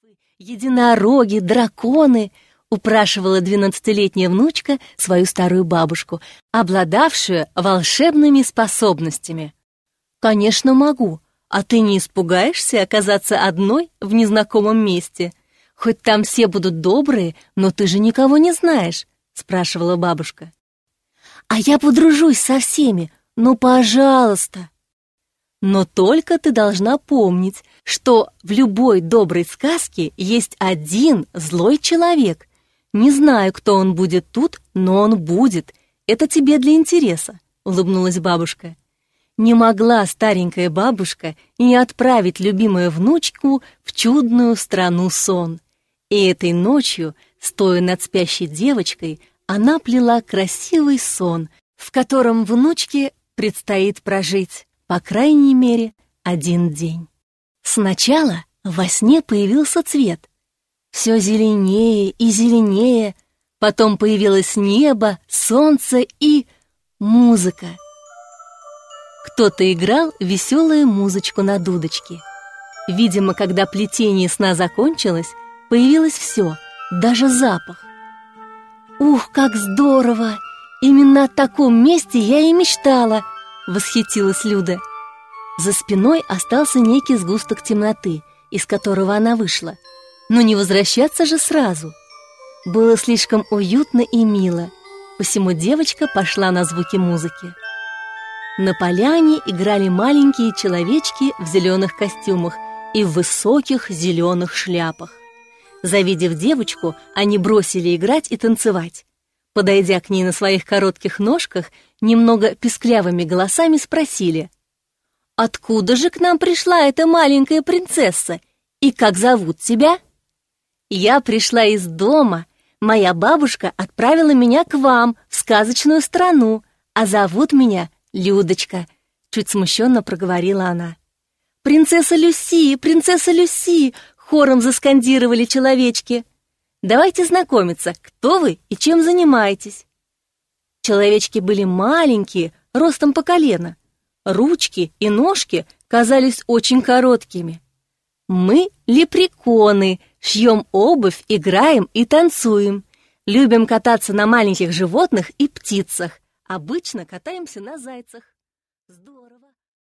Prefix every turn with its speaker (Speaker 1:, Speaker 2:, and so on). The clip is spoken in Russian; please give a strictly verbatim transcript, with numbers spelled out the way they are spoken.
Speaker 1: единороги, драконы, упрашивала двенадцатилетняя внучка свою старую бабушку, обладавшую волшебными способностями. «Конечно, могу. А ты не испугаешься оказаться одной в незнакомом месте? Хоть там все будут добрые, но ты же никого не знаешь», — спрашивала бабушка. «А я подружусь со всеми, ну, пожалуйста». «Но только ты должна помнить, что в любой доброй сказке есть один злой человек. Не знаю, кто он будет тут, но он будет. Это тебе для интереса», — улыбнулась бабушка. Не могла старенькая бабушка не отправить любимую внучку в чудную страну сон. И этой ночью, стоя над спящей девочкой, она плела красивый сон, в котором внучке предстоит прожить, по крайней мере, один день. Сначала во сне появился цвет. Все зеленее и зеленее, потом появилось небо, солнце и музыка. Кто-то играл веселую музычку на дудочке. Видимо, когда плетение сна закончилось, появилось все, даже запах. «Ух, как здорово! Именно о таком месте я и мечтала!» — восхитилась Люда. За спиной остался некий сгусток темноты, из которого она вышла. Но не возвращаться же сразу. Было слишком уютно и мило, посему девочка пошла на звуки музыки. На поляне играли маленькие человечки в зеленых костюмах и в высоких зеленых шляпах. Завидев девочку, они бросили играть и танцевать. Подойдя к ней на своих коротких ножках, немного писклявыми голосами спросили: «Откуда же к нам пришла эта маленькая принцесса? И как зовут тебя?» «Я пришла из дома. Моя бабушка отправила меня к вам в сказочную страну, а зовут меня Людочка», — чуть смущенно проговорила она. «Принцесса Люси, принцесса Люси!» — хором заскандировали человечки. «Давайте знакомиться, кто вы и чем занимаетесь». Человечки были маленькие, ростом по колено. Ручки и ножки казались очень короткими. «Мы лепреконы, шьем обувь, играем и танцуем. Любим кататься на маленьких животных и птицах. Обычно катаемся на зайцах». «Здорово!»